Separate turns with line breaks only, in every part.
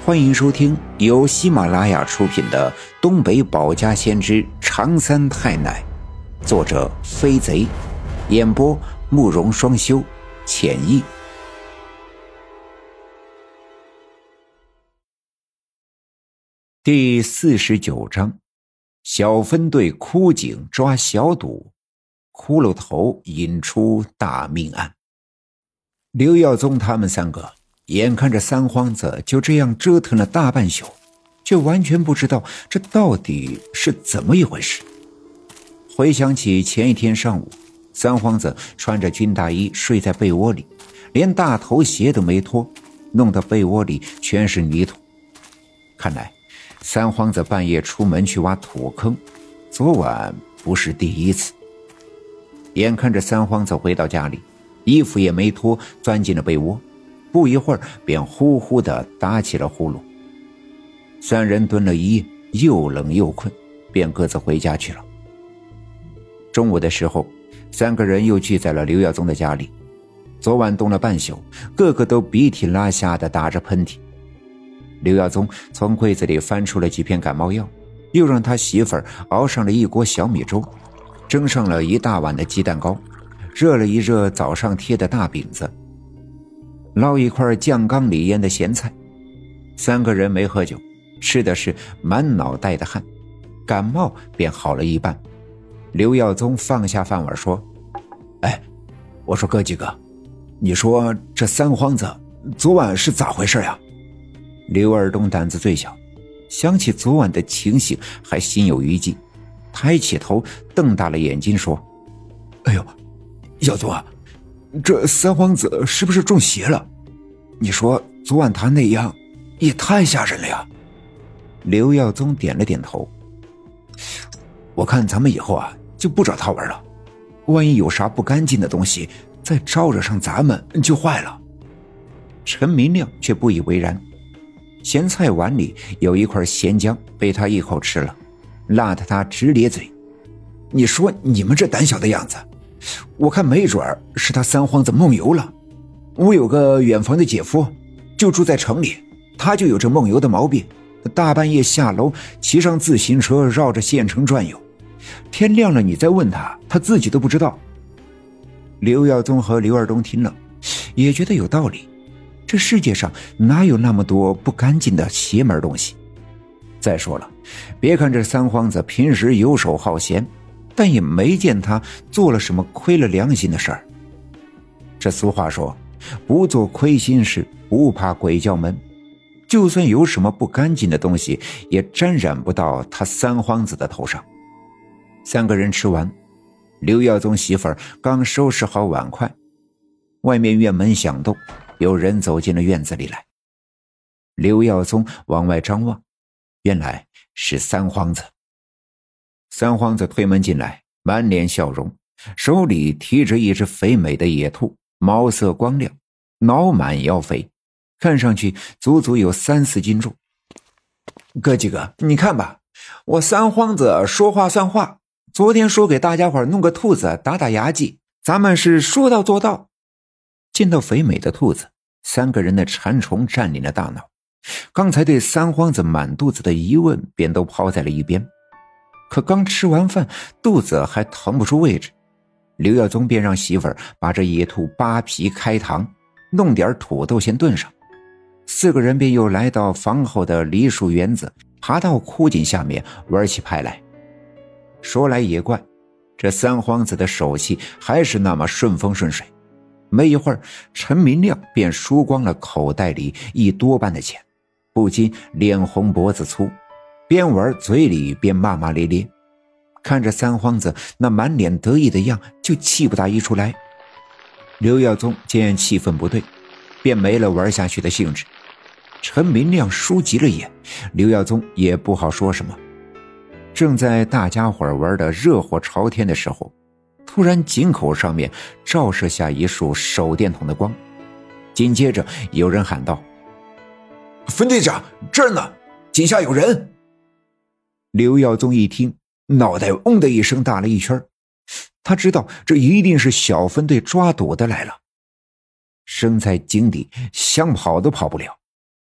欢迎收听由喜马拉雅出品的《东北保家先知长三太奶》，作者飞贼，演播慕容双修，浅意。第49章，小分队枯井抓小赌，骷髅头引出大命案。刘耀宗他们三个眼看着三皇子就这样折腾了大半宿，却完全不知道这到底是怎么一回事。回想起前一天上午，三皇子穿着军大衣睡在被窝里，连大头鞋都没脱，弄得被窝里全是泥土。看来三皇子半夜出门去挖土坑，昨晚不是第一次。眼看着三皇子回到家里，衣服也没脱，钻进了被窝，不一会儿便呼呼地打起了呼噜。三人蹲了一夜，又冷又困，便各自回家去了。中午的时候，三个人又聚在了刘耀宗的家里。昨晚冻了半宿，个个都鼻涕拉瞎的打着喷嚏。刘耀宗从柜子里翻出了几片感冒药，又让他媳妇儿熬上了一锅小米粥，蒸上了一大碗的鸡蛋糕，热了一热早上贴的大饼子，捞一块酱缸里腌的咸菜。三个人没喝酒，吃的是满脑袋的汗，感冒便好了一半。刘耀宗放下饭碗说：我说哥几个，你说这三皇子昨晚是咋回事呀？刘二东胆子最小，想起昨晚的情形还心有余悸，抬起头瞪大了眼睛说：耀宗啊，这三皇子是不是中邪了？你说昨晚他那样也太吓人了呀。刘耀宗点了点头，我看咱们以后啊就不找他玩了，万一有啥不干净的东西再招惹上咱们就坏了。陈明亮却不以为然，咸菜碗里有一块咸姜被他一口吃了，辣得他直咧嘴。你说你们这胆小的样子，我看没准是他三皇子梦游了。我有个远房的姐夫就住在城里，他就有这梦游的毛病，大半夜下楼骑上自行车绕着县城转悠，天亮了你再问他，他自己都不知道。刘耀宗和刘二东听了也觉得有道理，这世界上哪有那么多不干净的邪门东西。再说了，别看这三皇子平时游手好闲，但也没见他做了什么亏了良心的事儿。这俗话说，不做亏心事，不怕鬼叫门。就算有什么不干净的东西，也沾染不到他三皇子的头上。三个人吃完，刘耀宗媳妇儿刚收拾好碗筷，外面院门响动，有人走进了院子里来。刘耀宗往外张望，原来是三皇子。三皇子推门进来，满脸笑容，手里提着一只肥美的野兔，毛色光亮，脑满腰肥，看上去足足有3-4斤重。哥几个，你看吧，我三皇子说话算话，昨天说给大家伙弄个兔子打打牙祭，咱们是说到做到。见到肥美的兔子，三个人的馋虫占领了大脑，刚才对三皇子满肚子的疑问便都抛在了一边。可刚吃完饭，肚子还腾不出位置，刘耀宗便让媳妇儿把这野兔扒皮开膛，弄点土豆先炖上。4个人便又来到房后的梨树园子，爬到枯井下面玩起牌来。说来也怪，这三皇子的手气还是那么顺风顺水。没一会儿，陈明亮便输光了口袋里1多半的钱，不禁脸红脖子粗，边玩嘴里边骂骂咧咧。看着三皇子那满脸得意的样，就气不打一处来。刘耀宗见气氛不对，便没了玩下去的兴致。陈明亮输急了眼，刘耀宗也不好说什么。正在大家伙玩的热火朝天的时候，突然井口上面照射下一束手电筒的光，紧接着有人喊道：分队长，这儿呢，井下有人。刘耀宗一听，脑袋嗡的一声大了一圈，他知道这一定是小分队抓赌的来了。身在井底，想跑都跑不了。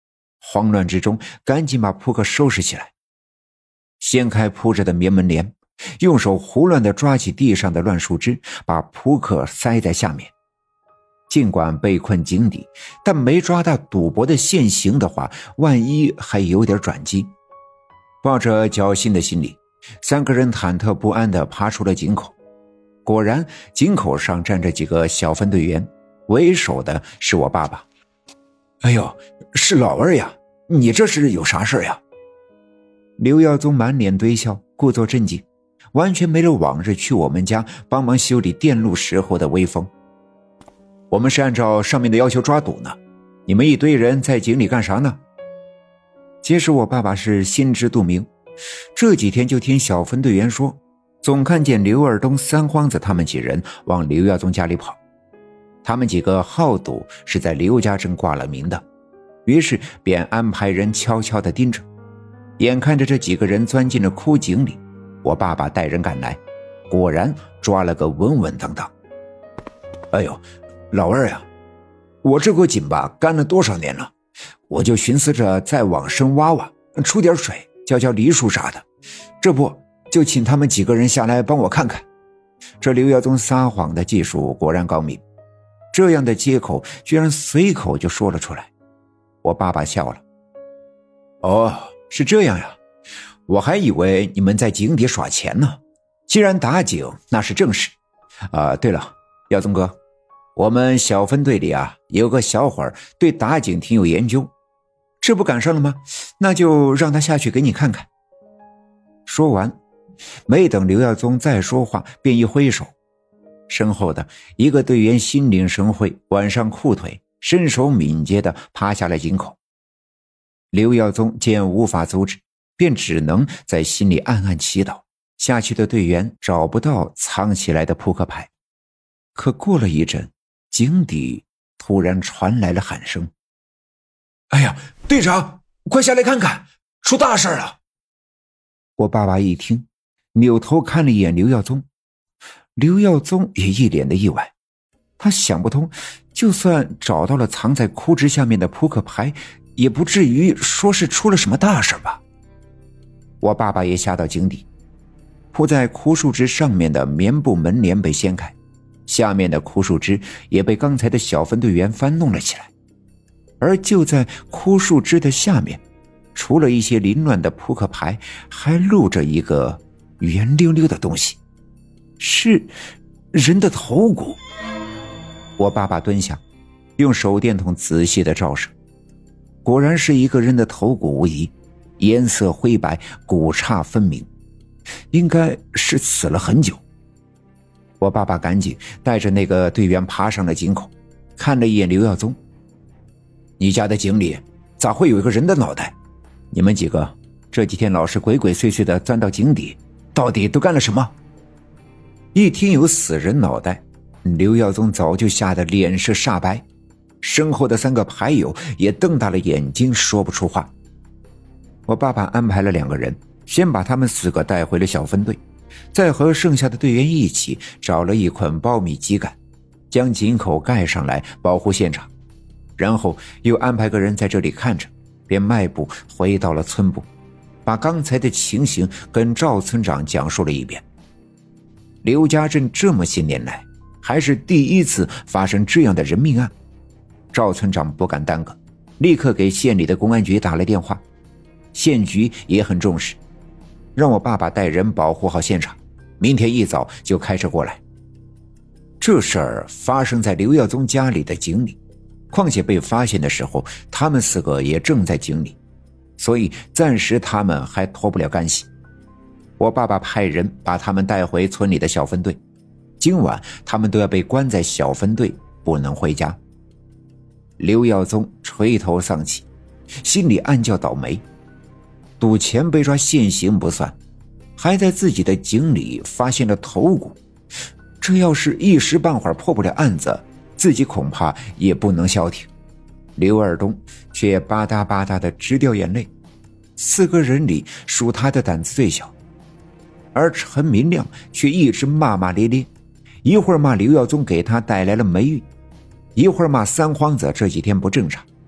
慌乱之中赶紧把扑克收拾起来，掀开铺着的棉门帘，用手胡乱地抓起地上的乱树枝，把扑克塞在下面。尽管被困井底，但没抓到赌博的现行的话，万一还有点转机。抱着侥幸的心理，3个人忐忑不安地爬出了井口。果然井口上站着几个小分队员，为首的是我爸爸。
哎呦，是老二呀，你这是有啥事呀？
刘耀宗满脸堆笑，故作镇静，完全没了往日去我们家帮忙修理电路时候的威风。
我们是按照上面的要求抓赌呢，你们一堆人在井里干啥呢？
其实我爸爸是心知肚明，这几天就听小分队员说，总看见刘二东、三荒子他们几人往刘耀宗家里跑。他们几个好赌是在刘家镇挂了名的，于是便安排人悄悄地盯着。眼看着这几个人钻进了枯井里，我爸爸带人赶来，果然抓了个稳稳当当。
哎呦，老二呀，我这口井吧干了多少年了，我就寻思着再往深挖挖，出点水，浇浇梨树啥的，这不就请他们几个人下来帮我看看。
这刘耀宗撒谎的技术果然高明，这样的借口居然随口就说了出来。我爸爸笑了。
哦，是这样呀，我还以为你们在井底耍钱呢，既然打井那是正事。对了，耀宗哥，我们小分队里啊有个小伙儿对打井挺有研究，这不赶上了吗？那就让他下去给你看看。
说完，没等刘耀宗再说话，便一挥手，身后的一个队员心领神会，挽上裤腿，身手敏捷地爬下了井口。刘耀宗见无法阻止，便只能在心里暗暗祈祷，下去的队员找不到藏起来的扑克牌。可过了一阵，井底突然传来了喊声：
哎呀，队长，快下来看看，出大事了！
我爸爸一听，扭头看了一眼刘耀宗。刘耀宗也一脸的意外，他想不通，就算找到了藏在枯枝下面的扑克牌，也不至于说是出了什么大事吧。我爸爸也下到井底，铺在枯树枝上面的棉布门帘被掀开，下面的枯树枝也被刚才的小分队员翻弄了起来。而就在枯树枝的下面，除了一些凌乱的扑克牌，还露着一个圆溜溜的东西，是人的头骨。我爸爸蹲下，用手电筒仔细地照射，果然是一个人的头骨无疑，颜色灰白，骨杈分明，应该是死了很久。我爸爸赶紧带着那个队员爬上了井口，看了一眼刘耀宗：
你家的井里咋会有一个人的脑袋？
你们几个这几天老是鬼鬼祟祟地钻到井底，
到底都干了什么？
一听有死人脑袋，刘耀宗早就吓得脸色煞白，身后的3个牌友也瞪大了眼睛，说不出话。我爸爸安排了2个人，先把他们4个带回了小分队，再和剩下的队员一起找了一捆苞米秸秆，将井口盖上来保护现场，然后又安排个人在这里看着，便迈步回到了村部，把刚才的情形跟赵村长讲述了一遍。刘家镇这么些年来还是第一次发生这样的人命案，赵村长不敢耽搁，立刻给县里的公安局打了电话。县局也很重视，让我爸爸带人保护好现场，明天一早就开车过来。这事儿发生在刘耀宗家里的井里，况且被发现的时候他们4个也正在井里，所以暂时他们还脱不了干系。我爸爸派人把他们带回村里的小分队，今晚他们都要被关在小分队，不能回家。刘耀宗垂头丧气，心里暗叫倒霉，赌钱被抓现行不算，还在自己的井里发现了头骨，这要是一时半会儿破不了案子，自己恐怕也不能消停。刘二东却吧嗒吧嗒地直掉眼泪，4个人里属他的胆子最小，而陈明亮却一直骂骂咧咧，一会儿骂刘耀宗给他带来了霉运，一会儿骂三荒子这几天不正常，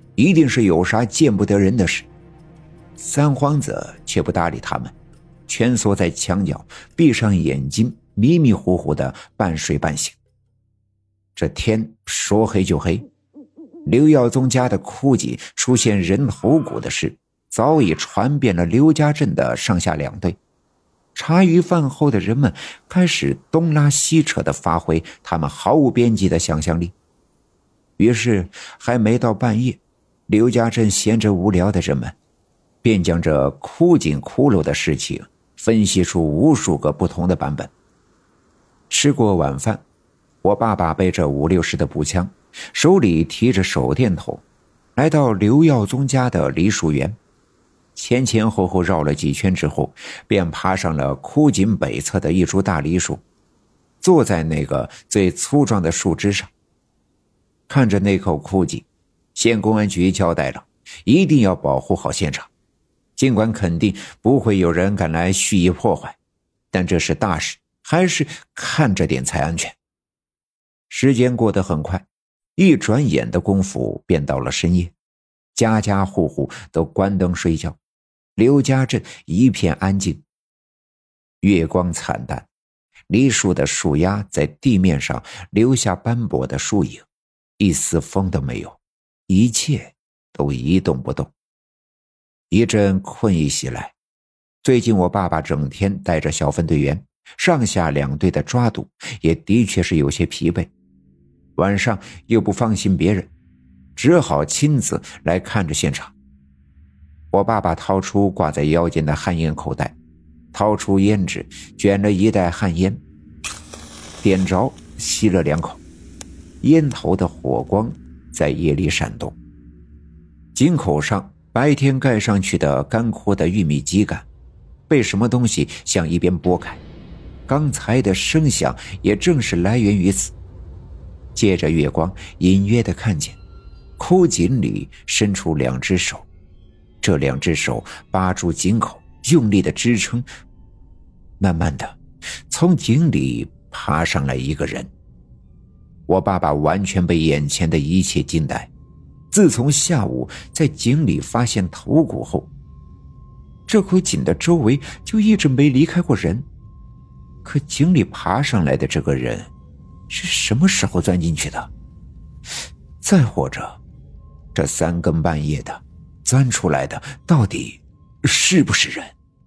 一定是有啥见不得人的事。三皇子却不搭理他们，蜷缩在墙角，闭上眼睛，迷迷糊糊的半睡半醒。这天说黑就黑，刘耀宗家的枯井出现人头骨的事早已传遍了刘家镇的上下两队。茶余饭后的人们开始东拉西扯地发挥他们毫无边际的想象力。于是还没到半夜，刘家镇闲着无聊的人们便将这枯井骷髅的事情分析出无数个不同的版本。吃过晚饭，我爸爸背着5-60的步枪，手里提着手电筒，来到刘耀宗家的梨树园。前前后后绕了几圈之后，便爬上了枯井北侧的一株大梨树，坐在那个最粗壮的树枝上。看着那口枯井，县公安局交代了，一定要保护好现场。尽管肯定不会有人敢来蓄意破坏，但这是大事，还是看着点才安全。时间过得很快，一转眼的功夫便到了深夜，家家户户都关灯睡觉，刘家镇一片安静。月光惨淡，梨树的树丫在地面上留下斑驳的树影，一丝风都没有，一切都一动不动。一阵困意袭来，最近我爸爸整天带着小分队员上下两队的抓捕，也的确是有些疲惫。晚上又不放心别人，只好亲自来看着现场。我爸爸掏出挂在腰间的旱烟口袋，掏出烟纸，卷了一袋旱烟，点着吸了2口，烟头的火光在夜里闪动。井口上白天盖上去的干枯的玉米秸秆被什么东西向一边拨开，刚才的声响也正是来源于此。借着月光隐约地看见枯井里伸出2只手，这2只手扒住井口，用力的支撑。慢慢的从井里爬上来一个人。我爸爸完全被眼前的一切惊呆。自从下午在井里发现头骨后，这口井的周围就一直没离开过人。可井里爬上来的这个人是什么时候钻进去的？再或者这3更半夜的钻出来的到底是不是人？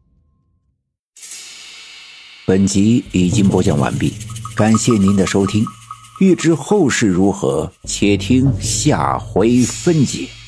本集已经播讲完毕，感谢您的收听。欲知后事如何，且听下回分解。